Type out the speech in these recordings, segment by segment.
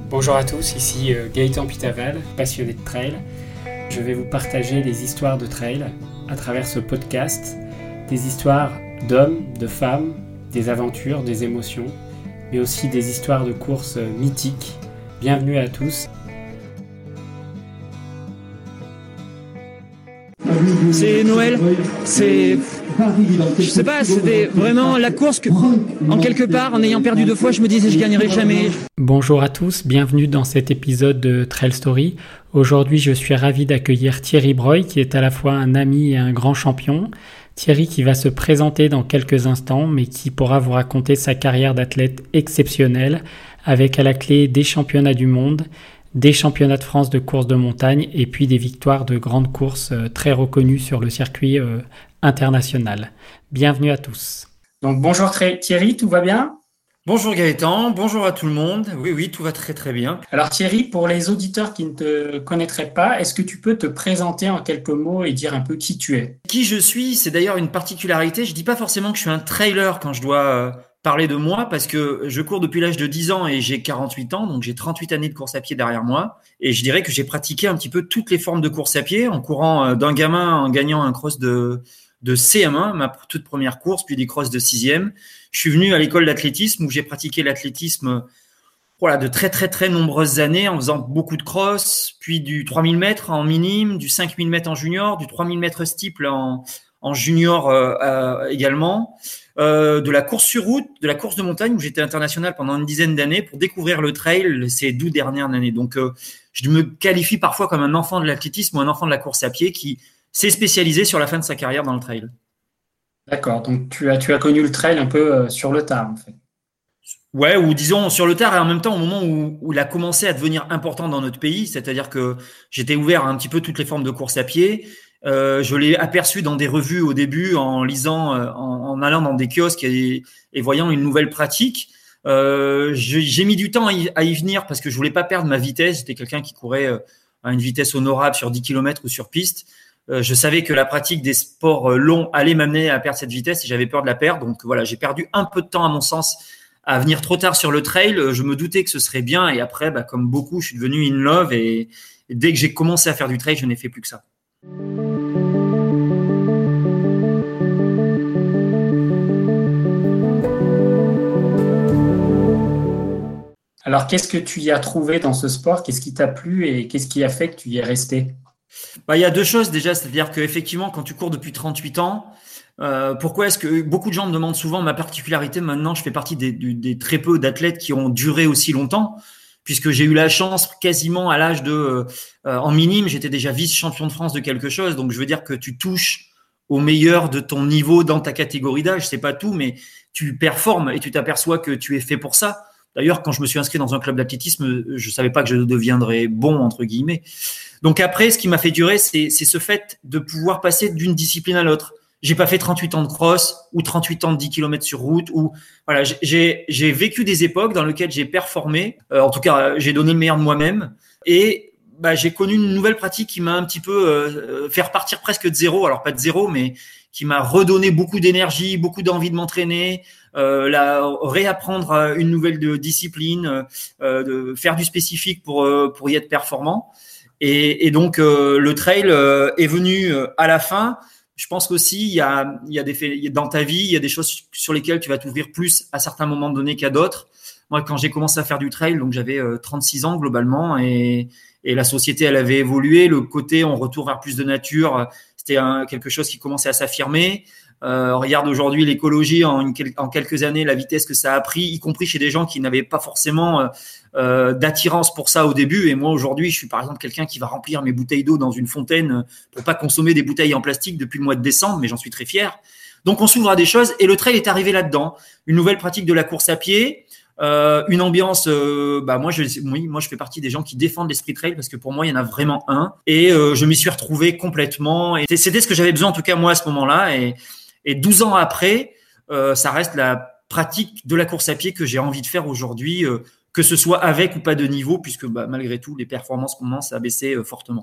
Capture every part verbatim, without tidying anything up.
Bonjour à tous, ici Gaëtan Pitaval, passionné de trail. Je vais vous partager des histoires de trail à travers ce podcast, des histoires d'hommes, de femmes, des aventures, des émotions, mais aussi des histoires de courses mythiques. Bienvenue à tous. C'est Noël, c'est, je sais pas, c'était vraiment la course que, en quelque part, en ayant perdu deux fois, je me disais je gagnerai jamais. Bonjour à tous, bienvenue dans cet épisode de Trail Story. Aujourd'hui, je suis ravi d'accueillir Thierry Breuil, qui est à la fois un ami et un grand champion. Thierry qui va se présenter dans quelques instants, mais qui pourra vous raconter sa carrière d'athlète exceptionnelle, avec à la clé des championnats du monde, des championnats de France de course de montagne et puis des victoires de grandes courses très reconnues sur le circuit euh, international. Bienvenue à tous. Donc bonjour Thierry, tout va bien ? Bonjour Gaëtan, bonjour à tout le monde. Oui, oui, tout va très très bien. Alors Thierry, pour les auditeurs qui ne te connaîtraient pas, est-ce que tu peux te présenter en quelques mots et dire un peu qui tu es ? Qui je suis, c'est d'ailleurs une particularité. Je dis pas forcément que je suis un trailer quand je dois euh, parler de moi, parce que je cours depuis l'âge de dix ans et j'ai quarante-huit ans, donc j'ai trente-huit années de course à pied derrière moi. Et je dirais que j'ai pratiqué un petit peu toutes les formes de course à pied, en courant euh, d'un gamin, en gagnant un cross de, de C M un, ma toute première course, puis des crosses de sixième. Je suis venu à l'école d'athlétisme où j'ai pratiqué l'athlétisme voilà, de très, très, très nombreuses années en faisant beaucoup de cross, puis du trois mille mètres en minime, du cinq mille mètres en junior, du trois mille mètres steeple en, en junior euh, euh, également, euh, de la course sur route, de la course de montagne où j'étais international pendant une dizaine d'années pour découvrir le trail ces douze dernières années. Donc, euh, je me qualifie parfois comme un enfant de l'athlétisme ou un enfant de la course à pied qui s'est spécialisé sur la fin de sa carrière dans le trail. D'accord, donc tu as, tu as connu le trail un peu euh, sur le tard en fait. Ouais, ou disons sur le tard et en même temps au moment où, où il a commencé à devenir important dans notre pays, c'est-à-dire que j'étais ouvert à un petit peu toutes les formes de course à pied. Euh, je l'ai aperçu dans des revues au début en lisant, euh, en, en allant dans des kiosques et, et voyant une nouvelle pratique. Euh, j'ai, j'ai mis du temps à y, à y venir parce que je voulais pas perdre ma vitesse. J'étais quelqu'un qui courait euh, à une vitesse honorable sur dix kilomètres ou sur piste. Euh, je savais que la pratique des sports longs allait m'amener à perdre cette vitesse et j'avais peur de la perdre. Donc voilà, j'ai perdu un peu de temps à mon sens à venir trop tard sur le trail. Je me doutais que ce serait bien et après, bah, comme beaucoup, je suis devenu in love et, et dès que j'ai commencé à faire du trail, je n'ai fait plus que ça. Alors qu'est-ce que tu y as trouvé dans ce sport ? Qu'est-ce qui t'a plu et qu'est-ce qui a fait que tu y es resté ? Bah, il y a deux choses déjà, c'est-à-dire qu'effectivement, quand tu cours depuis trente-huit ans, euh, pourquoi est-ce que beaucoup de gens me demandent souvent ma particularité maintenant, je fais partie des, des, des très peu d'athlètes qui ont duré aussi longtemps, puisque j'ai eu la chance quasiment à l'âge de, euh, en minime, j'étais déjà vice-champion de France de quelque chose, donc je veux dire que tu touches au meilleur de ton niveau dans ta catégorie d'âge, c'est pas tout, mais tu performes et tu t'aperçois que tu es fait pour ça. D'ailleurs, quand je me suis inscrit dans un club d'athlétisme, je savais pas que je deviendrais bon, entre guillemets. Donc après, ce qui m'a fait durer, c'est, c'est ce fait de pouvoir passer d'une discipline à l'autre. J'ai pas fait trente-huit ans de cross ou trente-huit ans de dix kilomètres sur route ou voilà, j'ai, j'ai vécu des époques dans lesquelles j'ai performé. Euh, en tout cas, j'ai donné le meilleur de moi-même et bah, j'ai connu une nouvelle pratique qui m'a un petit peu euh, fait repartir presque de zéro. Alors pas de zéro, mais qui m'a redonné beaucoup d'énergie, beaucoup d'envie de m'entraîner, euh, la, réapprendre une nouvelle de discipline, euh, de faire du spécifique pour euh, pour y être performant. Et, et donc euh, le trail euh, est venu euh, à la fin. Je pense qu'aussi il y a il y a des faits, dans ta vie, il y a des choses sur lesquelles tu vas t'ouvrir plus à certains moments donnés qu'à d'autres. Moi, quand j'ai commencé à faire du trail, donc j'avais euh, trente-six ans globalement, et et la société elle avait évolué. Le côté on retourne vers plus de nature, c'était un, quelque chose qui commençait à s'affirmer. Euh, regarde aujourd'hui l'écologie en, une, en quelques années, la vitesse que ça a pris, y compris chez des gens qui n'avaient pas forcément euh, d'attirance pour ça au début. Et moi aujourd'hui, je suis par exemple quelqu'un qui va remplir mes bouteilles d'eau dans une fontaine pour pas consommer des bouteilles en plastique depuis le mois de décembre, mais j'en suis très fier. Donc on s'ouvre à des choses et le trail est arrivé là-dedans. Une nouvelle pratique de la course à pied, euh, une ambiance. Euh, bah moi je, oui, moi je fais partie des gens qui défendent l'esprit trail parce que pour moi il y en a vraiment un. Et euh, je m'y suis retrouvé complètement. Et c'était ce que j'avais besoin en tout cas moi à ce moment-là. Et Et douze ans après, euh, ça reste la pratique de la course à pied que j'ai envie de faire aujourd'hui, euh, que ce soit avec ou pas de niveau, puisque bah, malgré tout, les performances commencent à baisser euh, fortement.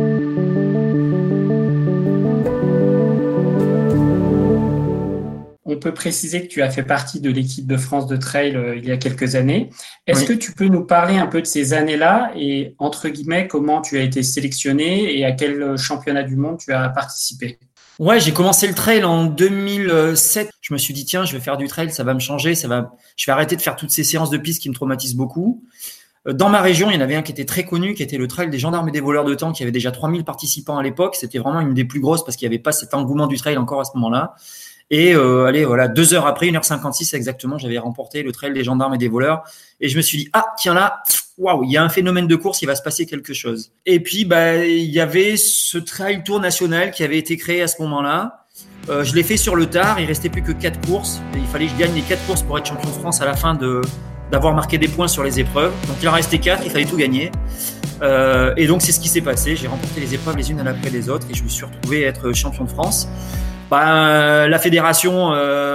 On on peut préciser que tu as fait partie de l'équipe de France de trail euh, il y a quelques années. Est-ce Oui. que tu peux nous parler un peu de ces années-là et, entre guillemets, comment tu as été sélectionné et à quel championnat du monde tu as participé? Ouais, j'ai commencé le trail en deux mille sept. Je me suis dit, tiens, je vais faire du trail, ça va me changer, ça va, je vais arrêter de faire toutes ces séances de piste qui me traumatisent beaucoup. Dans ma région, il y en avait un qui était très connu, qui était le trail des gendarmes et des voleurs de temps, qui avait déjà trois mille participants à l'époque. C'était vraiment une des plus grosses parce qu'il n'y avait pas cet engouement du trail encore à ce moment-là. Et euh, allez, voilà, deux heures après, une heure cinquante-six exactement, j'avais remporté le trail des gendarmes et des voleurs. Et je me suis dit, ah, tiens là, waouh, il y a un phénomène de course, il va se passer quelque chose. Et puis, bah, il y avait ce trail tour national qui avait été créé à ce moment-là. Euh, je l'ai fait sur le tard, il restait plus que quatre courses. Et il fallait que je gagne les quatre courses pour être champion de France à la fin de d'avoir marqué des points sur les épreuves. Donc il en restait quatre, il fallait tout gagner. Euh, et donc c'est ce qui s'est passé. J'ai remporté les épreuves les unes après les autres et je me suis retrouvé être champion de France. Bah, la fédération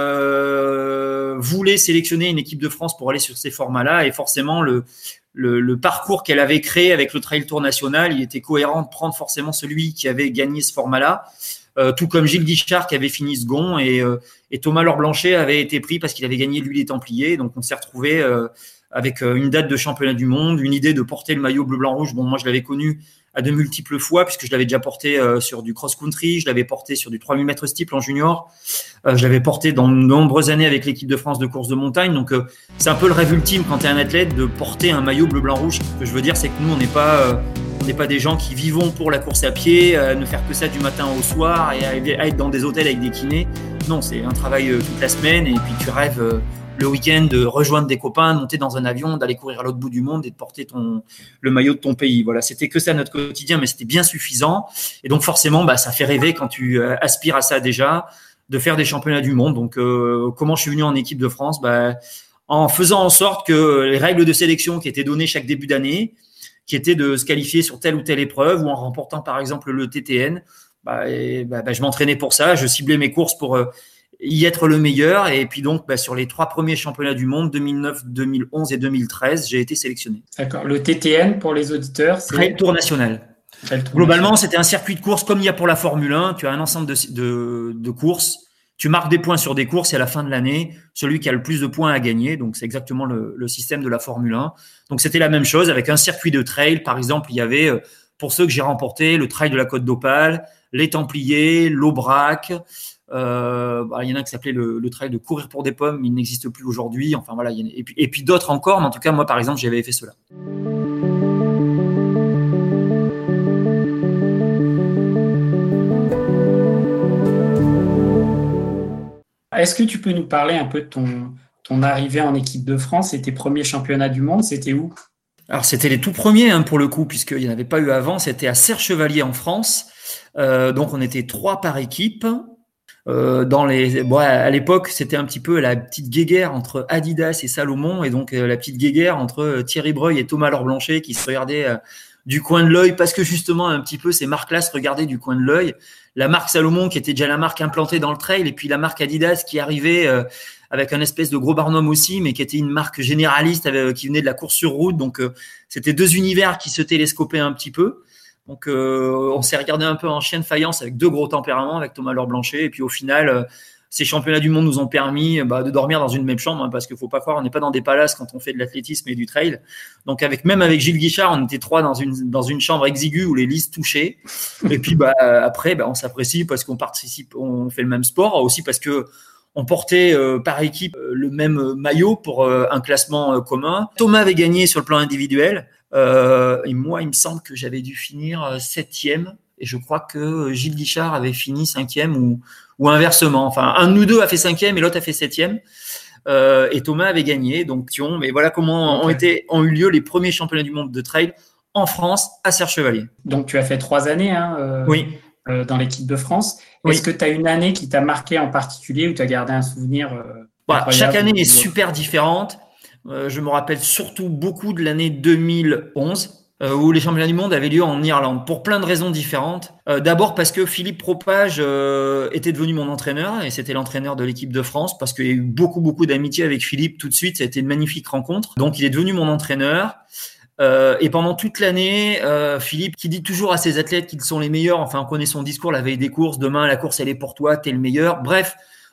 euh, voulait sélectionner une équipe de France pour aller sur ces formats-là et forcément le, le, le parcours qu'elle avait créé avec le Trail Tour National, il était cohérent de prendre forcément celui qui avait gagné ce format-là. Euh, tout comme Gilles Guichard qui avait fini second et, euh, et Thomas Laure-Blanchet avait été pris parce qu'il avait gagné lui les Templiers. Donc on s'est retrouvé euh, avec euh, une date de championnat du monde, une idée de porter le maillot bleu-blanc-rouge. Bon, moi je l'avais connu à de multiples fois puisque je l'avais déjà porté euh, sur du cross-country, je l'avais porté sur du trois mille mètres steeple en junior, euh, je l'avais porté dans de nombreuses années avec l'équipe de France de course de montagne. Donc euh, c'est un peu le rêve ultime quand tu es un athlète de porter un maillot bleu-blanc-rouge. Ce que je veux dire, c'est que nous on n'est pas euh, On n'est pas des gens qui vivons pour la course à pied, euh, ne faire que ça du matin au soir et à, à être dans des hôtels avec des kinés. Non, c'est un travail euh, toute la semaine et puis tu rêves euh, le week-end de rejoindre des copains, de monter dans un avion, d'aller courir à l'autre bout du monde et de porter ton, le maillot de ton pays. Voilà, c'était que ça notre quotidien, mais c'était bien suffisant. Et donc forcément, bah, ça fait rêver quand tu euh, aspires à ça déjà, de faire des championnats du monde. Donc euh, comment je suis venu en équipe de France? Bah, en faisant en sorte que les règles de sélection qui étaient données chaque début d'année, qui était de se qualifier sur telle ou telle épreuve ou en remportant par exemple le T T N, bah, et, bah, bah, je m'entraînais pour ça, je ciblais mes courses pour euh, y être le meilleur et puis donc bah, sur les trois premiers championnats du monde, deux mille neuf, deux mille onze et deux mille treize, j'ai été sélectionné. D'accord, le T T N pour les auditeurs, c'est Trail Tour National. Trail Tour Globalement, National. c'était un circuit de course comme il y a pour la Formule un, tu as un ensemble de, de, de courses. Tu marques des points sur des courses et à la fin de l'année, celui qui a le plus de points a gagné. Donc, c'est exactement le, le système de la Formule un. Donc, c'était la même chose avec un circuit de trail. Par exemple, il y avait, pour ceux que j'ai remportés, le trail de la Côte d'Opale, les Templiers, l'Aubrac. Euh, bah, il y en a qui s'appelait le, le trail de courir pour des pommes, mais il n'existe plus aujourd'hui. Enfin, voilà. Il y en a, et puis, et puis d'autres encore. Mais en tout cas, moi, par exemple, j'avais fait cela. Est-ce que tu peux nous parler un peu de ton, ton arrivée en équipe de France et tes premiers championnats du monde? C'était où? Alors, c'était les tout premiers hein, pour le coup, puisqu'il n'y en avait pas eu avant. C'était à Serre-Chevalier en France. Euh, donc, on était trois par équipe. Euh, dans les, bon, à l'époque, c'était un petit peu la petite guéguerre entre Adidas et Salomon, et donc euh, la petite guéguerre entre Thierry Breuil et Thomas Laure-Blanchet qui se regardaient euh, du coin de l'œil, parce que justement un petit peu ces marques-là se regardaient du coin de l'œil. La marque Salomon qui était déjà la marque implantée dans le trail, et puis la marque Adidas qui arrivait euh, avec un espèce de gros barnum aussi, mais qui était une marque généraliste avec, qui venait de la course sur route. Donc euh, c'était deux univers qui se télescopaient un petit peu. Donc, euh, on s'est regardé un peu en chien de faïence avec deux gros tempéraments, avec Thomas Laure-Blanchet. Et puis, au final, euh, ces championnats du monde nous ont permis bah, de dormir dans une même chambre, hein, parce qu'il faut pas croire, on n'est pas dans des palaces quand on fait de l'athlétisme et du trail. Donc, avec même avec Gilles Guichard, on était trois dans une dans une chambre exiguë où les lits se touchaient. Et puis, bah après, bah, on s'apprécie parce qu'on participe, on fait le même sport, aussi parce que on portait euh, par équipe euh, le même maillot pour euh, un classement euh, commun. Thomas avait gagné sur le plan individuel. Euh, et moi, il me semble que j'avais dû finir septième, et je crois que Gilles Guichard avait fini cinquième ou, ou inversement. Enfin, un de nous deux a fait cinquième et l'autre a fait septième. Euh, et Thomas avait gagné. Donc, mais voilà comment okay. ont été, ont eu lieu les premiers championnats du monde de trail en France à Serre-Chevalier. Donc, tu as fait trois années, hein, euh, oui. euh, dans l'équipe de France. Oui. Est-ce que tu as une année qui t'a marqué en particulier ou tu as gardé un souvenir euh, voilà, chaque année est super différente. Euh, je me rappelle surtout beaucoup de l'année deux mille onze euh, où les championnats du monde avaient lieu en Irlande pour plein de raisons différentes. Euh, d'abord parce que Philippe Propage euh, était devenu mon entraîneur et c'était l'entraîneur de l'équipe de France, parce qu'il y a eu beaucoup beaucoup d'amitié avec Philippe tout de suite. Ça a été une magnifique rencontre. Donc il est devenu mon entraîneur. Euh, et pendant toute l'année, euh, Philippe, qui dit toujours à ses athlètes qu'ils sont les meilleurs, enfin on connaît son discours la veille des courses, demain la course elle est pour toi, t'es le meilleur. Bref,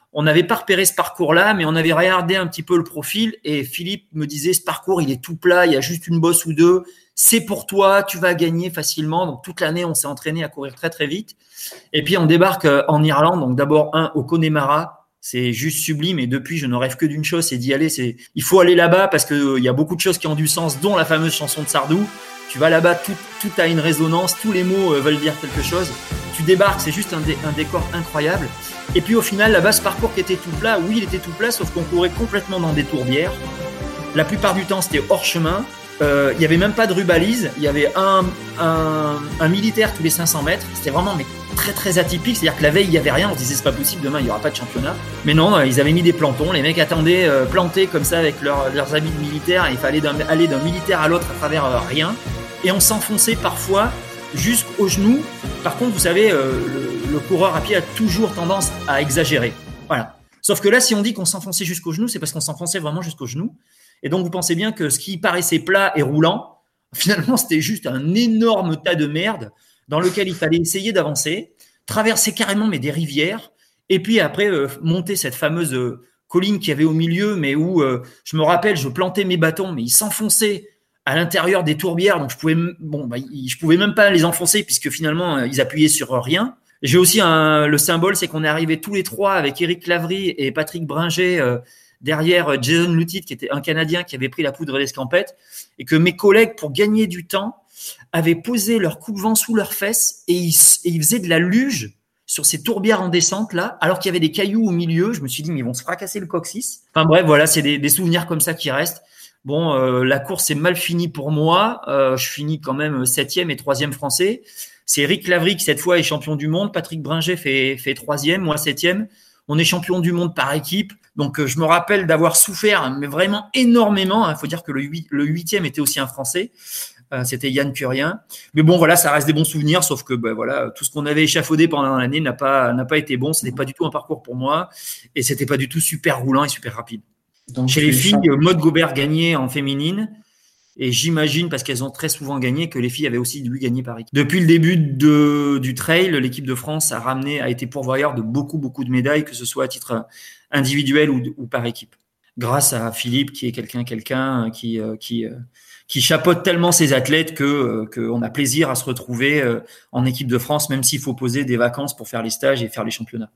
on n'avait pas repéré ce parcours-là, mais on avait regardé un petit peu le profil et Philippe me disait ce parcours, il est tout plat, il y a juste une bosse ou deux, c'est pour toi, tu vas gagner facilement. Donc toute l'année, on s'est entraîné à courir très très vite. Et puis on débarque en Irlande, donc d'abord un au Connemara, c'est juste sublime et depuis je ne rêve que d'une chose, c'est d'y aller. C'est il faut aller là-bas parce que il y a beaucoup de choses qui ont du sens, dont la fameuse chanson de Sardou. Tu vas là-bas, tout, tout a une résonance, tous les mots veulent dire quelque chose. Tu débarques, c'est juste un, dé, un décor incroyable. Et puis au final, là-bas, ce parcours qui était tout plat, oui, il était tout plat, sauf qu'on courait complètement dans des tourbières. La plupart du temps, c'était hors chemin. Euh, il n'y avait même pas de rubalise. Il y avait un, un, un militaire tous les cinq cents mètres. C'était vraiment mais, très très atypique. C'est-à-dire que la veille, il n'y avait rien. On se disait, c'est pas possible, demain, il n'y aura pas de championnat. Mais non, ils avaient mis des plantons. Les mecs attendaient euh, plantés comme ça avec leur, leurs habits de militaire. Et il fallait d'un, aller d'un militaire à l'autre à travers euh, rien. Et on s'enfonçait parfois jusqu'au genou. Par contre, vous savez, euh, le, le coureur à pied a toujours tendance à exagérer. Voilà. Sauf que là, si on dit qu'on s'enfonçait jusqu'au genou, c'est parce qu'on s'enfonçait vraiment jusqu'au genou. Et donc, vous pensez bien que ce qui paraissait plat et roulant, finalement, c'était juste un énorme tas de merde dans lequel il fallait essayer d'avancer, traverser carrément mais des rivières, et puis après euh, monter cette fameuse euh, colline qu'il y avait au milieu, mais où, euh, je me rappelle, je plantais mes bâtons, mais ils s'enfonçaient à l'intérieur des tourbières, donc je pouvais, bon, bah, je pouvais même pas les enfoncer puisque finalement ils appuyaient sur rien. J'ai aussi un, le symbole, c'est qu'on est arrivés tous les trois avec Éric Lavry et Patrick Bringer euh, derrière Jason Lutit, qui était un Canadien qui avait pris la poudre d'escampette, et que mes collègues, pour gagner du temps, avaient posé leur coupe-vent sous leurs fesses et ils, et ils faisaient de la luge sur ces tourbières en descente là, alors qu'il y avait des cailloux au milieu. Je me suis dit mais ils vont se fracasser le coccyx. Enfin bref, voilà, c'est des, des souvenirs comme ça qui restent. Bon, euh, la course est mal finie pour moi. Euh, je finis quand même septième et troisième français. C'est Éric Lavry qui cette fois est champion du monde. Patrick Bringer fait fait troisième, moi septième. On est champion du monde par équipe. Donc euh, je me rappelle d'avoir souffert, mais vraiment énormément. Il faut dire que le huit, le huitième était aussi un Français. Euh, c'était Yann Curien. Mais bon, voilà, ça reste des bons souvenirs. Sauf que ben voilà, tout ce qu'on avait échafaudé pendant l'année n'a pas n'a pas été bon. C'était pas du tout un parcours pour moi, et c'était pas du tout super roulant et super rapide. Donc, chez les filles, champ... Maud Gobert gagnait en féminine, et j'imagine, parce qu'elles ont très souvent gagné, que les filles avaient aussi dû gagner par équipe. Depuis le début de, du trail, l'équipe de France a ramené, a été pourvoyeur de beaucoup, beaucoup de médailles, que ce soit à titre individuel ou, ou par équipe. Grâce à Philippe, qui est quelqu'un, quelqu'un qui, qui, qui chapeaute tellement ses athlètes que, qu'on a plaisir à se retrouver en équipe de France, même s'il faut poser des vacances pour faire les stages et faire les championnats.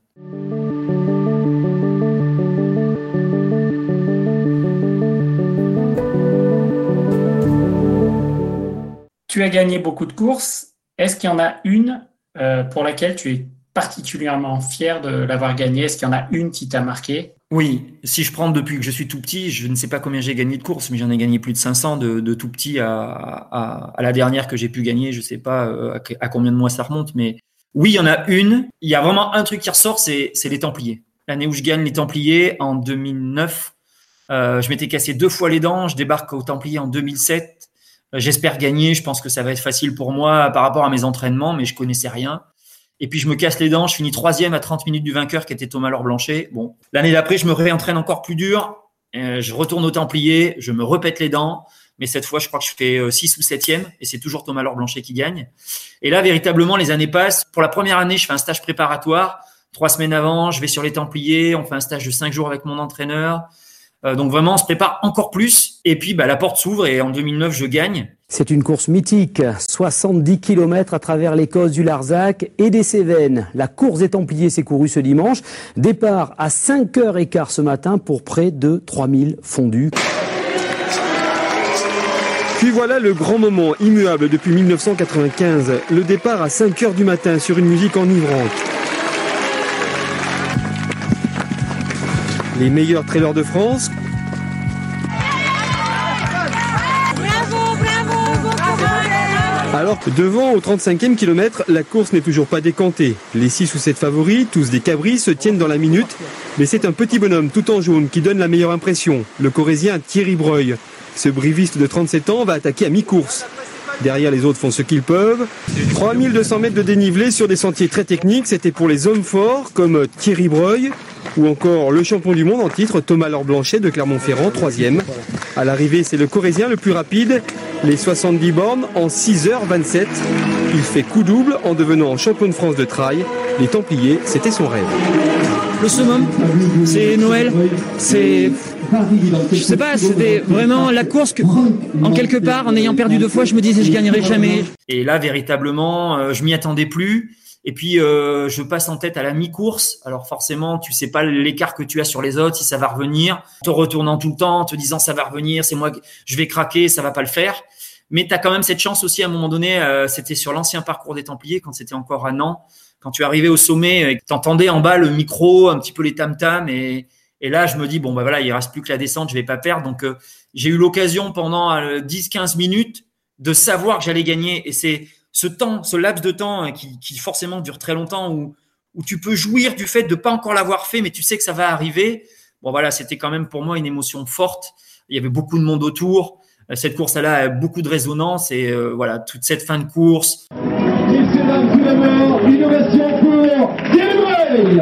Tu as gagné beaucoup de courses. Est-ce qu'il y en a une euh, pour laquelle tu es particulièrement fier de l'avoir gagnée? Est-ce qu'il y en a une qui t'a marqué? Oui, si je prends depuis que je suis tout petit, je ne sais pas combien j'ai gagné de courses, mais j'en ai gagné plus de cinq cents de, de tout petit à, à, à la dernière que j'ai pu gagner. Je ne sais pas à, à combien de mois ça remonte, mais oui, il y en a une. Il y a vraiment un truc qui ressort, c'est, c'est les Templiers. L'année où je gagne les Templiers, en deux mille neuf, euh, je m'étais cassé deux fois les dents. Je débarque aux Templiers en deux mille sept. J'espère gagner, je pense que ça va être facile pour moi par rapport à mes entraînements, mais je connaissais rien. Et puis je me casse les dents, je finis troisième à trente minutes du vainqueur qui était Thomas Laure-Blanchet. Bon, l'année d'après, je me réentraîne encore plus dur, euh, je retourne au Templier, je me repète les dents, mais cette fois, je crois que je fais six ou septième, et c'est toujours Thomas Laure-Blanchet qui gagne. Et là, véritablement, les années passent. Pour la première année, je fais un stage préparatoire. Trois semaines avant, je vais sur les Templiers, on fait un stage de cinq jours avec mon entraîneur. Euh, donc vraiment, on se prépare encore plus. Et puis, bah, la porte s'ouvre et en deux mille neuf, je gagne. C'est une course mythique, soixante-dix kilomètres à travers l'Écosse, du Larzac et des Cévennes. La course des Templiers s'est courue ce dimanche. Départ à cinq heures quinze ce matin pour près de trois mille fondus. Puis voilà le grand moment, immuable depuis mille neuf cent quatre-vingt-quinze. Le départ à cinq heures du matin sur une musique enivrante. Les meilleurs trailers de France. Alors, devant, au trente-cinquième kilomètre, la course n'est toujours pas décantée. Les six ou sept favoris, tous des cabris, se tiennent dans la minute. Mais c'est un petit bonhomme tout en jaune qui donne la meilleure impression. Le Corrézien Thierry Breuil. Ce briviste de trente-sept ans va attaquer à mi-course. Derrière, les autres font ce qu'ils peuvent. trois mille deux cents mètres de dénivelé sur des sentiers très techniques. C'était pour les hommes forts comme Thierry Breuil ou encore le champion du monde en titre Thomas Laure-Blanchet de Clermont-Ferrand, troisième. À l'arrivée, c'est le Corrézien le plus rapide. Les soixante-dix bornes en six heures vingt-sept. Il fait coup double en devenant champion de France de trail. Les Templiers, c'était son rêve. Le summum, c'est Noël, c'est, je sais pas, c'était vraiment la course que, en quelque part, en ayant perdu deux fois, je me disais je gagnerai jamais. Et là, véritablement, euh, je m'y attendais plus. Et puis, euh, je passe en tête à la mi-course. Alors forcément, tu sais pas l'écart que tu as sur les autres, si ça va revenir, te retournant tout le temps, te disant ça va revenir, c'est moi, je vais craquer, ça va pas le faire. Mais tu as quand même cette chance aussi à un moment donné, euh, c'était sur l'ancien parcours des Templiers, quand c'était encore à Nantes, quand tu arrivais au sommet et que tu entendais en bas le micro, un petit peu les tam-tams. Et, et là, je me dis, bon, bah voilà, il reste plus que la descente, je vais pas perdre. Donc, euh, j'ai eu l'occasion pendant euh, dix quinze minutes de savoir que j'allais gagner. Et c'est ce temps, ce laps de temps qui, qui forcément dure très longtemps, où, où tu peux jouir du fait de pas encore l'avoir fait, mais tu sais que ça va arriver. Bon, voilà, c'était quand même pour moi une émotion forte. Il y avait beaucoup de monde autour. Cette course-là a beaucoup de résonance et euh, voilà, toute cette fin de course. Messieurs, dames, tout d'abord, innovation pour Thierry Breuil.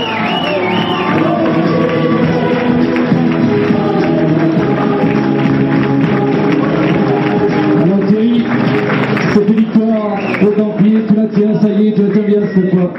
Alors Thierry, cette victoire au Templier, tu la tiens, ça y est, tu la tiens bien cette fois.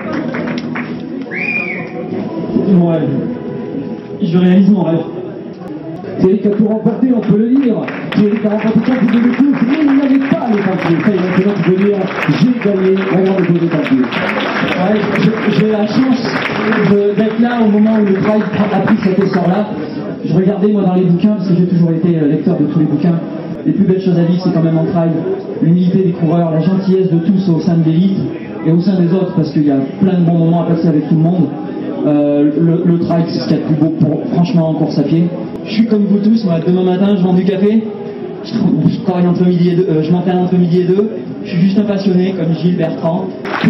C'est mon rêve. Je réalise mon rêve. Thierry qui a tout remporté, on peut le dire. Thierry qui a remporté tout le de course, mais il n'avait pas les Templiers. Ça y est, maintenant tu peux dire, j'ai gagné la grande course des Templiers. Ouais, j'ai la chance de, d'être là au moment où le trail a pris cet essor-là. Je regardais moi dans les bouquins, parce que j'ai toujours été lecteur de tous les bouquins. Les plus belles choses à vivre, c'est quand même en trail. L'humilité des coureurs, la gentillesse de tous au sein de l'élite et au sein des autres, parce qu'il y a plein de bons moments à passer avec tout le monde. Euh, le, le trail, c'est ce qu'il y a de plus beau pour, franchement, en course à pied. Je suis comme vous tous, moi, demain matin, je vends du café, je, je travaille entre midi et deux, euh, je m'entraîne entre midi et deux, je suis juste un passionné, comme Gilles Bertrand.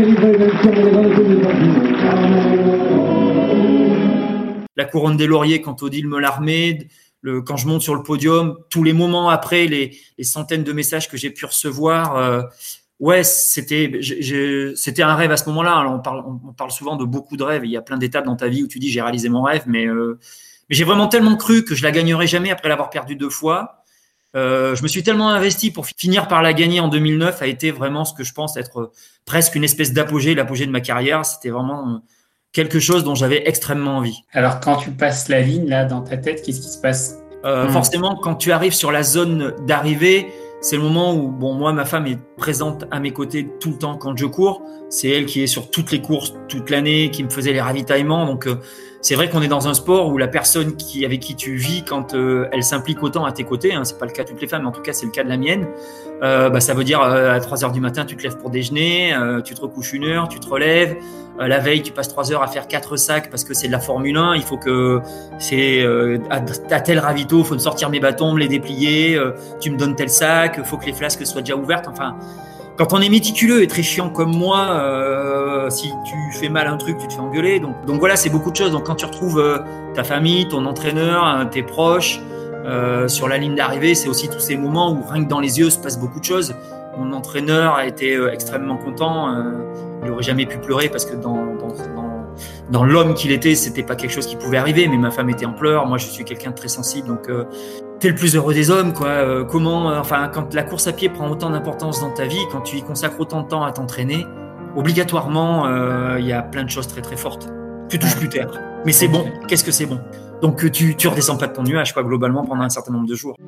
La couronne des lauriers, quand Odile me la remet, le, quand je monte sur le podium, tous les moments après, les, les centaines de messages que j'ai pu recevoir, euh, ouais, c'était, j'ai, j'ai, c'était un rêve à ce moment-là. Alors on parle, on parle souvent de beaucoup de rêves. Il y a plein d'étapes dans ta vie où tu dis j'ai réalisé mon rêve, mais, euh, mais j'ai vraiment tellement cru que je la gagnerais jamais après l'avoir perdue deux fois. Euh, je me suis tellement investi pour finir par la gagner en deux mille neuf, a été vraiment ce que je pense être presque une espèce d'apogée, l'apogée de ma carrière. C'était vraiment quelque chose dont j'avais extrêmement envie. Alors quand tu passes la ligne là dans ta tête, qu'est-ce qui se passe? euh, mmh. Forcément, quand tu arrives sur la zone d'arrivée, c'est le moment où, bon, moi, ma femme est présente à mes côtés tout le temps quand je cours. C'est elle qui est sur toutes les courses toute l'année, qui me faisait les ravitaillements. Donc, euh, c'est vrai qu'on est dans un sport où la personne qui, avec qui tu vis, quand euh, elle s'implique autant à tes côtés, hein, c'est pas le cas de toutes les femmes, mais en tout cas, c'est le cas de la mienne. Euh, bah, ça veut dire euh, à trois heures du matin, tu te lèves pour déjeuner, euh, tu te recouches une heure, tu te relèves. Euh, la veille, tu passes trois heures à faire quatre sacs parce que c'est de la Formule un. Il faut que c'est euh, à, à tel ravito, il faut me sortir mes bâtons, me les déplier. Euh, tu me donnes tel sac, il faut que les flasques soient déjà ouvertes. Enfin, quand on est méticuleux et très chiant comme moi, euh, si tu fais mal un truc, tu te fais engueuler. Donc, donc voilà, c'est beaucoup de choses. Donc quand tu retrouves euh, ta famille, ton entraîneur, hein, tes proches euh, sur la ligne d'arrivée, c'est aussi tous ces moments où rien que dans les yeux se passe beaucoup de choses. Mon entraîneur a été euh, extrêmement content. Euh, il n'aurait jamais pu pleurer parce que dans, dans, dans, dans l'homme qu'il était, c'était pas quelque chose qui pouvait arriver. Mais ma femme était en pleurs. Moi, je suis quelqu'un de très sensible. Donc, euh, t'es le plus heureux des hommes, quoi. Euh, comment, euh, enfin, quand la course à pied prend autant d'importance dans ta vie, quand tu y consacres autant de temps à t'entraîner, obligatoirement, il euh, y a plein de choses très très fortes. Tu touches plus terre. Mais c'est bon. Qu'est-ce que c'est bon? Donc, tu, tu redescends pas de ton nuage, quoi, globalement, pendant un certain nombre de jours.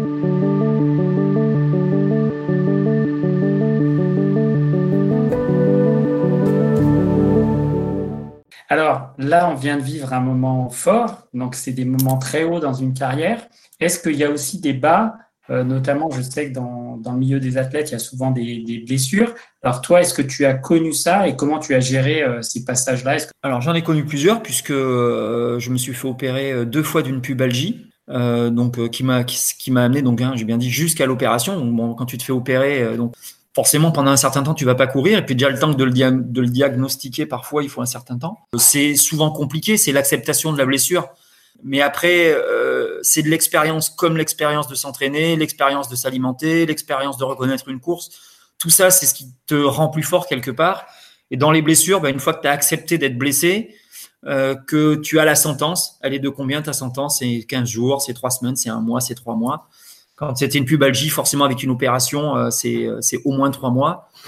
Alors là, on vient de vivre un moment fort, donc c'est des moments très hauts dans une carrière. Est-ce qu'il y a aussi des bas, euh, notamment je sais que dans, dans le milieu des athlètes, il y a souvent des, des blessures. Alors toi, est-ce que tu as connu ça et comment tu as géré euh, ces passages-là? Est-ce que... Alors j'en ai connu plusieurs puisque euh, je me suis fait opérer deux fois d'une pubalgie. Euh, donc euh, qui m'a qui, qui m'a amené donc hein, j'ai bien dit jusqu'à l'opération. Donc, bon, quand tu te fais opérer, euh, donc forcément, pendant un certain temps, tu vas pas courir. Et puis déjà, le temps de le, dia- de le diagnostiquer, parfois, il faut un certain temps. C'est souvent compliqué, c'est l'acceptation de la blessure. Mais après, euh, c'est de l'expérience comme l'expérience de s'entraîner, l'expérience de s'alimenter, l'expérience de reconnaître une course. Tout ça, c'est ce qui te rend plus fort quelque part. Et dans les blessures, bah, une fois que tu as accepté d'être blessé, euh, que tu as la sentence, elle est de combien ta sentence? C'est quinze jours, c'est trois semaines, c'est un mois, c'est trois mois. Quand c'était une pubalgie, forcément avec une opération, euh, c'est, c'est au moins trois mois.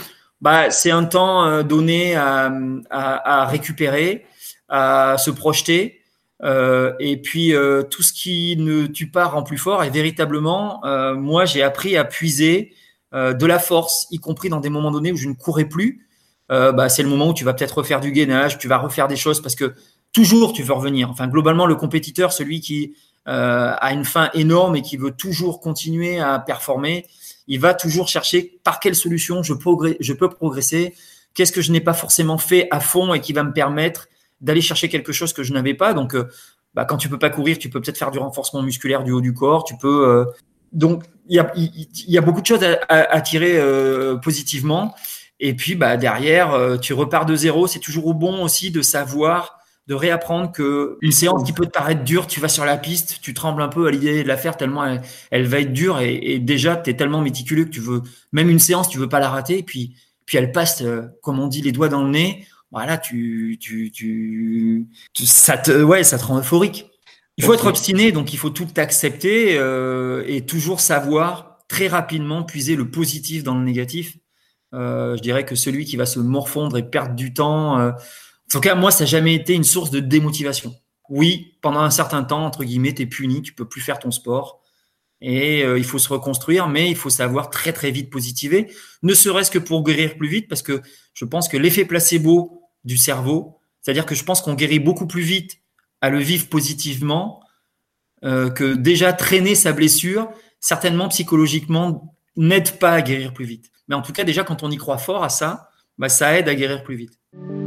Bah, c'est un temps euh, donné à, à, à récupérer, à se projeter. Euh, et puis euh, tout ce qui ne tue pas rend plus fort. Et véritablement, euh, moi, j'ai appris à puiser euh, de la force, y compris dans des moments donnés où je ne courais plus. Euh, bah, c'est le moment où tu vas peut-être refaire du gainage, tu vas refaire des choses parce que toujours tu veux revenir. Enfin, globalement, le compétiteur, celui qui euh, a une faim énorme et qui veut toujours continuer à performer, il va toujours chercher par quelle solution je, progr- je peux progresser, qu'est-ce que je n'ai pas forcément fait à fond et qui va me permettre d'aller chercher quelque chose que je n'avais pas. Donc, euh, bah, quand tu peux pas courir, tu peux peut-être faire du renforcement musculaire du haut du corps. Tu peux. Euh... Donc, il y a, il y a beaucoup de choses à, à, à tirer euh, positivement. Et puis, bah, derrière, euh, tu repars de zéro. C'est toujours bon aussi de savoir, de réapprendre que une séance qui peut te paraître dure, tu vas sur la piste, tu trembles un peu à l'idée de la faire tellement elle, elle va être dure. Et, et déjà, tu es tellement méticuleux que tu veux, même une séance, tu veux pas la rater. Et puis, puis elle passe, euh, comme on dit, les doigts dans le nez. Voilà, tu, tu, tu, tu, ça te, ouais, ça te rend euphorique. Il faut être obstiné, donc il faut tout accepter euh, et toujours savoir très rapidement puiser le positif dans le négatif. Euh, je dirais que celui qui va se morfondre et perdre du temps, euh, en tout cas, moi, ça n'a jamais été une source de démotivation. Oui, pendant un certain temps, entre guillemets, t'es puni, tu peux plus faire ton sport. Et euh, il faut se reconstruire, mais il faut savoir très très vite positiver, ne serait-ce que pour guérir plus vite, parce que je pense que l'effet placebo du cerveau, c'est-à-dire que je pense qu'on guérit beaucoup plus vite à le vivre positivement euh, que déjà traîner sa blessure, certainement psychologiquement, n'aide pas à guérir plus vite. Mais en tout cas, déjà quand on y croit fort à ça, bah, ça aide à guérir plus vite.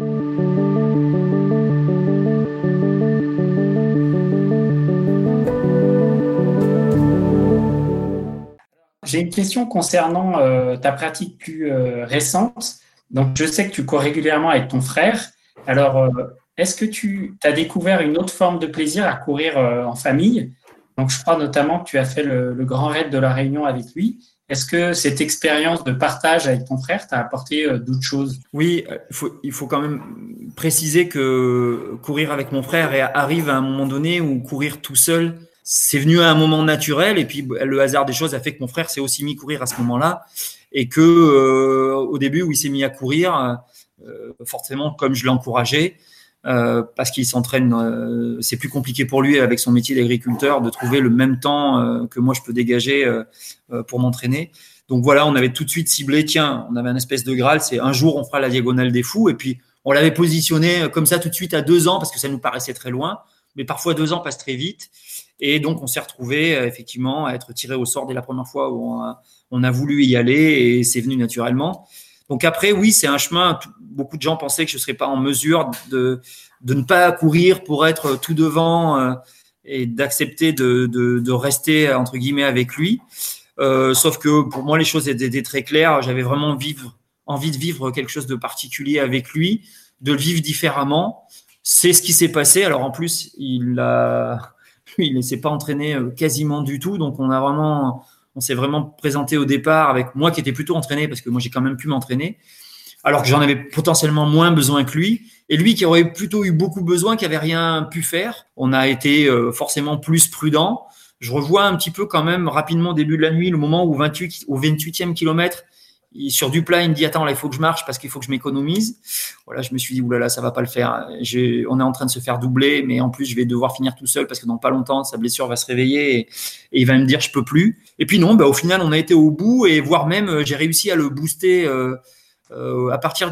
J'ai une question concernant euh, ta pratique plus euh, récente. Donc, je sais que tu cours régulièrement avec ton frère. Alors, euh, est-ce que tu as découvert une autre forme de plaisir à courir euh, en famille? Donc, je crois notamment que tu as fait le, le Grand Raid de la Réunion avec lui. Est-ce que cette expérience de partage avec ton frère t'a apporté euh, d'autres choses? Oui, il faut, il faut quand même préciser que courir avec mon frère arrive à un moment donné où courir tout seul, c'est venu à un moment naturel, et puis le hasard des choses a fait que mon frère s'est aussi mis à courir à ce moment-là, et que euh, au début où il s'est mis à courir, euh, forcément comme je l'ai encouragé, euh, parce qu'il s'entraîne, euh, c'est plus compliqué pour lui avec son métier d'agriculteur de trouver le même temps euh, que moi je peux dégager euh, euh, pour m'entraîner. Donc voilà, on avait tout de suite ciblé, tiens, on avait un espèce de Graal, c'est un jour on fera la diagonale des fous, et puis on l'avait positionné comme ça tout de suite à deux ans parce que ça nous paraissait très loin, mais parfois deux ans passent très vite. Et donc, on s'est retrouvé effectivement à être tiré au sort dès la première fois où on a, on a voulu y aller, et c'est venu naturellement. Donc après, oui, c'est un chemin. Beaucoup de gens pensaient que je ne serais pas en mesure de, de ne pas courir pour être tout devant euh, et d'accepter de, de, de rester entre guillemets avec lui. Euh, sauf que pour moi, les choses étaient très claires. J'avais vraiment vivre, envie de vivre quelque chose de particulier avec lui, de le vivre différemment. C'est ce qui s'est passé. Alors en plus, il a... Lui, il ne s'est pas entraîné quasiment du tout, donc on a vraiment, on s'est vraiment présenté au départ avec moi qui était plutôt entraîné parce que moi j'ai quand même pu m'entraîner, alors que j'en avais potentiellement moins besoin que lui, et lui qui aurait plutôt eu beaucoup besoin, qui avait rien pu faire. On a été forcément plus prudent. Je revois un petit peu quand même rapidement au début de la nuit le moment où vingt-huit, au vingt-huitième kilomètre, sur du plat, il me dit attends là il faut que je marche parce qu'il faut que je m'économise. Voilà, je me suis dit oulala, ça va pas le faire. J'ai, on est en train de se faire doubler, mais en plus je vais devoir finir tout seul parce que dans pas longtemps sa blessure va se réveiller et, et il va me dire je peux plus. Et puis non, bah au final on a été au bout, et voire même j'ai réussi à le booster euh, euh, à partir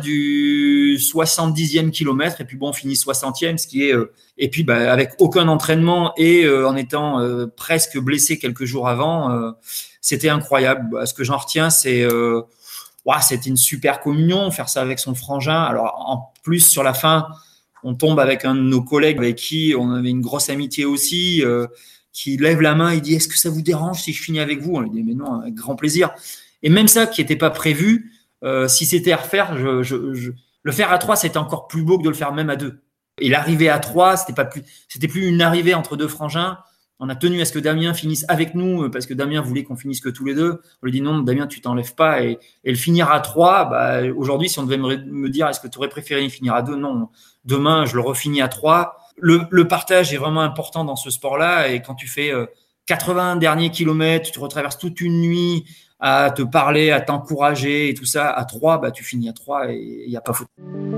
du soixante-dixième kilomètre, et puis bon on finit soixantième, ce qui est euh, et puis bah avec aucun entraînement et euh, en étant euh, presque blessé quelques jours avant, euh, c'était incroyable. Bah, ce que j'en retiens, c'est euh, Wow, c'était une super communion, faire ça avec son frangin. Alors, en plus, sur la fin, on tombe avec un de nos collègues avec qui on avait une grosse amitié aussi, euh, qui lève la main, il dit « Est-ce que ça vous dérange si je finis avec vous ?» On lui dit « Mais non, avec grand plaisir. » Et même ça, qui n'était pas prévu, euh, si c'était à refaire, je, je, je, le faire à trois, c'était encore plus beau que de le faire même à deux. Et l'arrivée à trois, c'était pas plus, c'était plus une arrivée entre deux frangins. On a tenu à ce que Damien finisse avec nous parce que Damien voulait qu'on finisse que tous les deux. On lui dit non, Damien, tu t'enlèves pas. Et, et le finir à trois, bah, aujourd'hui, si on devait me, me dire est-ce que tu aurais préféré finir à deux, non. Demain, je le refinis à trois. Le, le partage est vraiment important dans ce sport-là. Et quand tu fais euh, quatre-vingts derniers kilomètres, tu te retraverses toute une nuit à te parler, à t'encourager et tout ça. À trois, bah, tu finis à trois et il n'y a pas faute.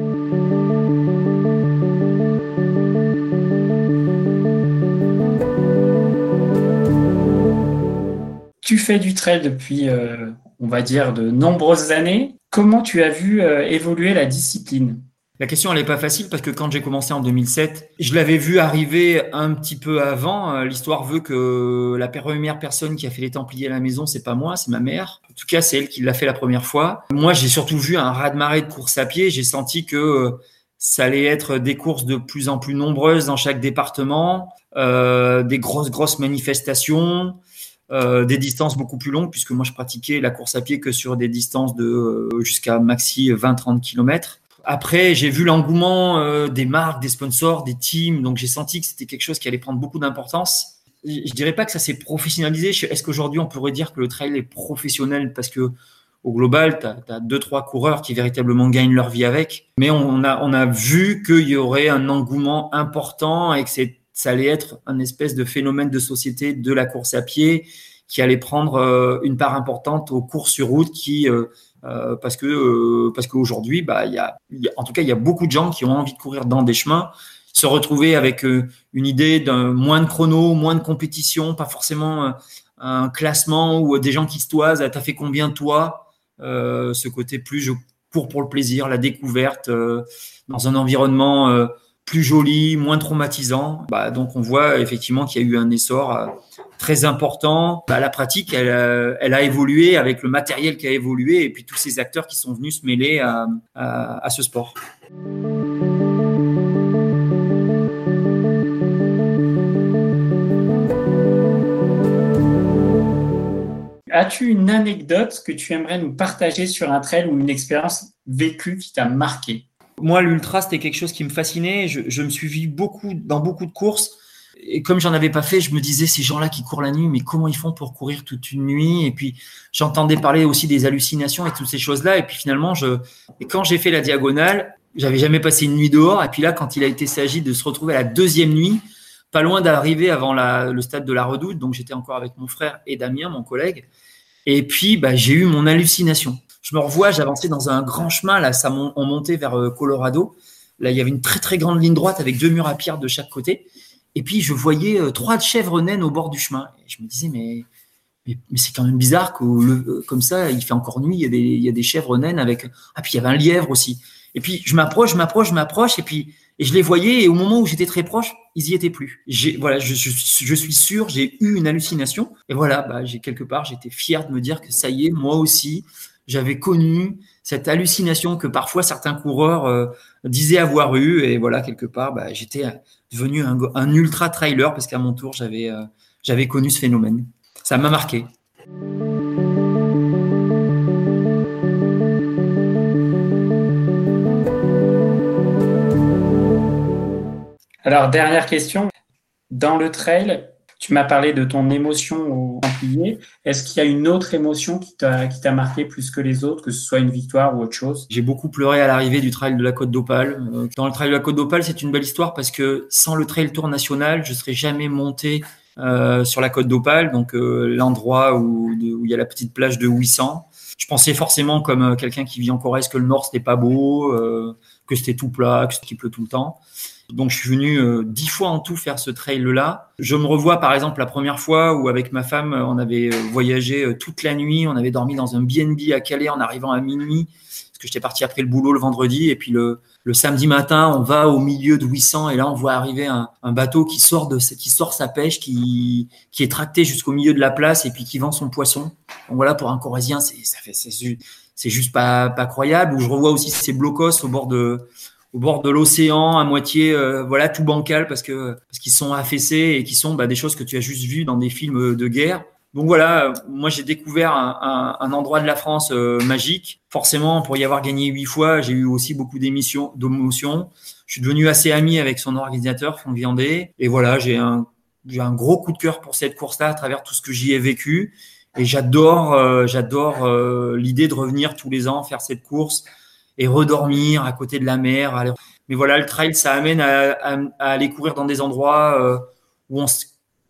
Tu fais du trail depuis, euh, on va dire, de nombreuses années. Comment tu as vu euh, évoluer la discipline ? La question, elle n'est pas facile parce que quand j'ai commencé en deux mille sept, je l'avais vu arriver un petit peu avant. L'histoire veut que la première personne qui a fait les Templiers à la maison, c'est pas moi, c'est ma mère. En tout cas, c'est elle qui l'a fait la première fois. Moi, j'ai surtout vu un raz-de-marée de course à pied. J'ai senti que ça allait être des courses de plus en plus nombreuses dans chaque département, euh, des grosses, grosses manifestations. Euh, des distances beaucoup plus longues puisque moi je pratiquais la course à pied que sur des distances de euh, jusqu'à maxi vingt à trente kilomètres. Après, j'ai vu l'engouement euh, des marques, des sponsors, des teams, donc j'ai senti que c'était quelque chose qui allait prendre beaucoup d'importance. Je, je dirais pas que ça s'est professionnalisé. Est-ce qu'aujourd'hui on pourrait dire que le trail est professionnel parce que au global, tu as deux trois coureurs qui véritablement gagnent leur vie avec, mais on a on a vu qu'il y aurait un engouement important et que c'est ça allait être un espèce de phénomène de société de la course à pied qui allait prendre euh, une part importante aux courses sur route qui euh, euh, parce que euh, parce qu'aujourd'hui bah il y a, y a en tout cas il y a beaucoup de gens qui ont envie de courir dans des chemins, se retrouver avec euh, une idée d'un moins de chrono, moins de compétition, pas forcément euh, un classement ou des gens qui se toisent, t'as fait combien toi, euh, ce côté plus je cours pour le plaisir, la découverte euh, dans un environnement euh, plus joli, moins traumatisant. Bah, donc on voit effectivement qu'il y a eu un essor euh, très important. Bah, la pratique, elle, euh, elle a évolué avec le matériel qui a évolué et puis tous ces acteurs qui sont venus se mêler à, à, à ce sport. As-tu une anecdote que tu aimerais nous partager sur un trail ou une expérience vécue qui t'a marqué ? Moi, l'ultra, c'était quelque chose qui me fascinait. Je, je me suis vu beaucoup, dans beaucoup de courses. Et comme j'en avais pas fait, je me disais, ces gens-là qui courent la nuit, mais comment ils font pour courir toute une nuit? Et puis, j'entendais parler aussi des hallucinations et toutes ces choses-là. Et puis, finalement, je, et quand j'ai fait la diagonale, j'avais jamais passé une nuit dehors. Et puis là, quand il a été s'agit de se retrouver à la deuxième nuit, pas loin d'arriver avant la, le stade de la Redoute. Donc, j'étais encore avec mon frère et Damien, mon collègue. Et puis, bah, j'ai eu mon hallucination. Je me revois, j'avançais dans un grand chemin, là, ça on montait vers Colorado. Là, il y avait une très, très grande ligne droite avec deux murs à pierre de chaque côté. Et puis, je voyais euh, trois chèvres naines au bord du chemin. Et je me disais, mais, mais, mais c'est quand même bizarre que le, comme ça, il fait encore nuit, il y a des, il y a des chèvres naines avec. Ah, puis il y avait un lièvre aussi. Et puis, je m'approche, je m'approche, je m'approche, et puis, et je les voyais, et au moment où j'étais très proche, ils y étaient plus. J'ai, voilà, je, je, je suis sûr, j'ai eu une hallucination. Et voilà, bah, j'ai quelque part, j'étais fier de me dire que ça y est, moi aussi, j'avais connu cette hallucination que parfois certains coureurs euh, disaient avoir eu. Et voilà, quelque part, bah, j'étais devenu un, un ultra trailer parce qu'à mon tour, j'avais, euh, j'avais connu ce phénomène. Ça m'a marqué. Alors, dernière question. Dans le trail, tu m'as parlé de ton émotion au Templiers. Est-ce qu'il y a une autre émotion qui t'a, qui t'a marqué plus que les autres, que ce soit une victoire ou autre chose ? J'ai beaucoup pleuré à l'arrivée du trail de la Côte d'Opale. Dans le trail de la Côte d'Opale, c'est une belle histoire parce que sans le trail Tour national, je serais jamais monté euh, sur la Côte d'Opale, donc euh, l'endroit où, de, où il y a la petite plage de Ouissant. Je pensais forcément comme euh, quelqu'un qui vit en Corrèze que le Nord c'était pas beau, euh, que c'était tout plat, qu'il pleut tout le temps. Donc, je suis venu euh, dix fois en tout faire ce trail-là. Je me revois, par exemple, la première fois où, avec ma femme, on avait voyagé euh, toute la nuit. On avait dormi dans un B and B à Calais en arrivant à minuit, parce que j'étais parti après le boulot le vendredi. Et puis, le, le samedi matin, on va au milieu de Ouissant et là, on voit arriver un, un bateau qui sort de, qui sort sa pêche, qui, qui est tracté jusqu'au milieu de la place et puis qui vend son poisson. Donc, voilà, pour un Corrézien, c'est, ça fait, c'est, c'est juste pas, pas croyable. Où je revois aussi ces blocos au bord de, au bord de l'océan, à moitié, euh, voilà, tout bancal parce que parce qu'ils sont affaissés et qui sont bah, des choses que tu as juste vues dans des films de guerre. Donc voilà, moi j'ai découvert un, un, un endroit de la France euh, magique. Forcément, pour y avoir gagné huit fois, j'ai eu aussi beaucoup d'émissions, d'émotions. Je suis devenu assez ami avec son organisateur, Franck Viandé. Et voilà, j'ai un, j'ai un gros coup de cœur pour cette course-là à travers tout ce que j'y ai vécu. Et j'adore, euh, j'adore euh, l'idée de revenir tous les ans faire cette course et redormir à côté de la mer. Aller... Mais voilà, le trail, ça amène à, à, à aller courir dans des endroits euh, où on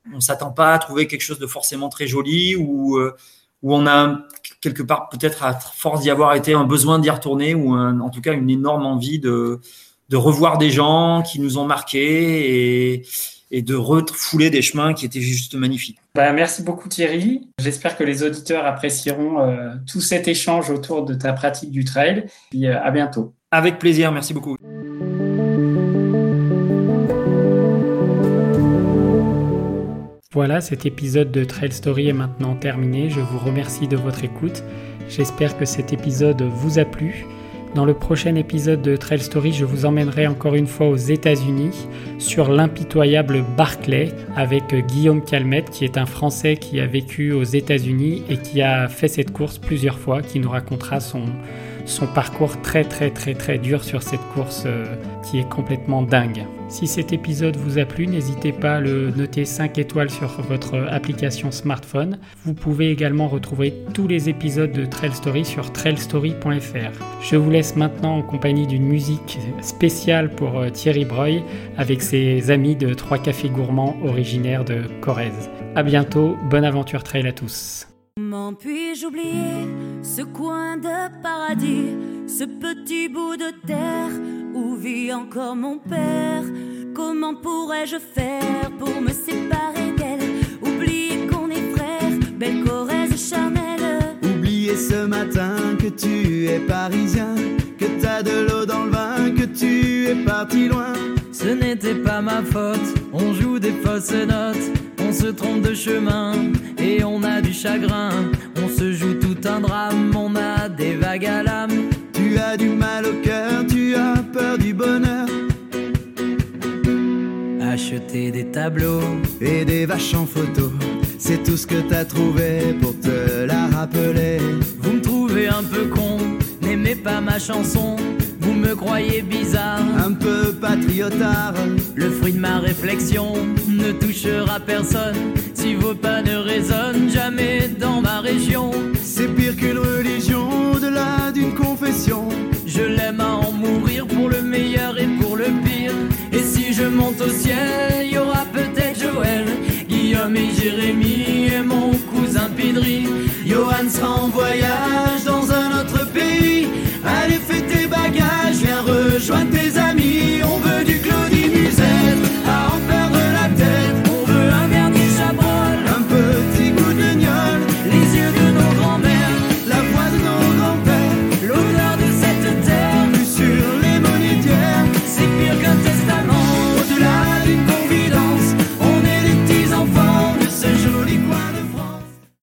on s'attend pas à trouver quelque chose de forcément très joli ou euh, où on a quelque part peut-être à force d'y avoir été un besoin d'y retourner ou un, en tout cas une énorme envie de, de revoir des gens qui nous ont marqués et, et de refouler des chemins qui étaient juste magnifiques. Bah, merci beaucoup Thierry. J'espère que les auditeurs apprécieront euh, tout cet échange autour de ta pratique du trail. Et euh, à bientôt. Avec plaisir, merci beaucoup. Voilà, cet épisode de Trail Story est maintenant terminé. Je vous remercie de votre écoute. J'espère que cet épisode vous a plu. Dans le prochain épisode de Trail Story, je vous emmènerai encore une fois aux États-Unis sur l'impitoyable Barkley avec Guillaume Calmette, qui est un Français qui a vécu aux États-Unis et qui a fait cette course plusieurs fois, qui nous racontera son, son parcours très très très très dur sur cette course euh, qui est complètement dingue. Si cet épisode vous a plu, n'hésitez pas à le noter cinq étoiles sur votre application smartphone. Vous pouvez également retrouver tous les épisodes de Trail Story sur trail story point f r. Je vous laisse maintenant en compagnie d'une musique spéciale pour Thierry Breuil avec ses amis de Trois Cafés Gourmands originaires de Corrèze. À bientôt, bonne aventure trail à tous. Comment puis-je oublier ce coin de paradis, ce petit bout de terre où vit encore mon père? Comment pourrais-je faire pour me séparer d'elle? Oublier qu'on est frères, belle Corrèze charnelle. Oublier ce matin que tu es parisien, que t'as de l'eau dans le vin, que tu es parti loin. Ce n'était pas ma faute, on joue des fausses notes, on se trompe de chemin et on a du chagrin. On se joue tout un drame, on a des vagues à l'âme. Tu as du mal au cœur, tu as peur du bonheur. Acheter des tableaux et des vaches en photo, c'est tout ce que t'as trouvé pour te la rappeler. Vous me trouvez un peu con, n'aimez pas ma chanson. Vous me croyez bizarre, un peu patriotard. Le fruit de ma réflexion ne touchera personne si vos pas ne résonnent jamais dans ma région. C'est pire qu'une religion, au-delà d'une confession. Je l'aime à en mourir pour le meilleur et pour le pire. Et si je monte au ciel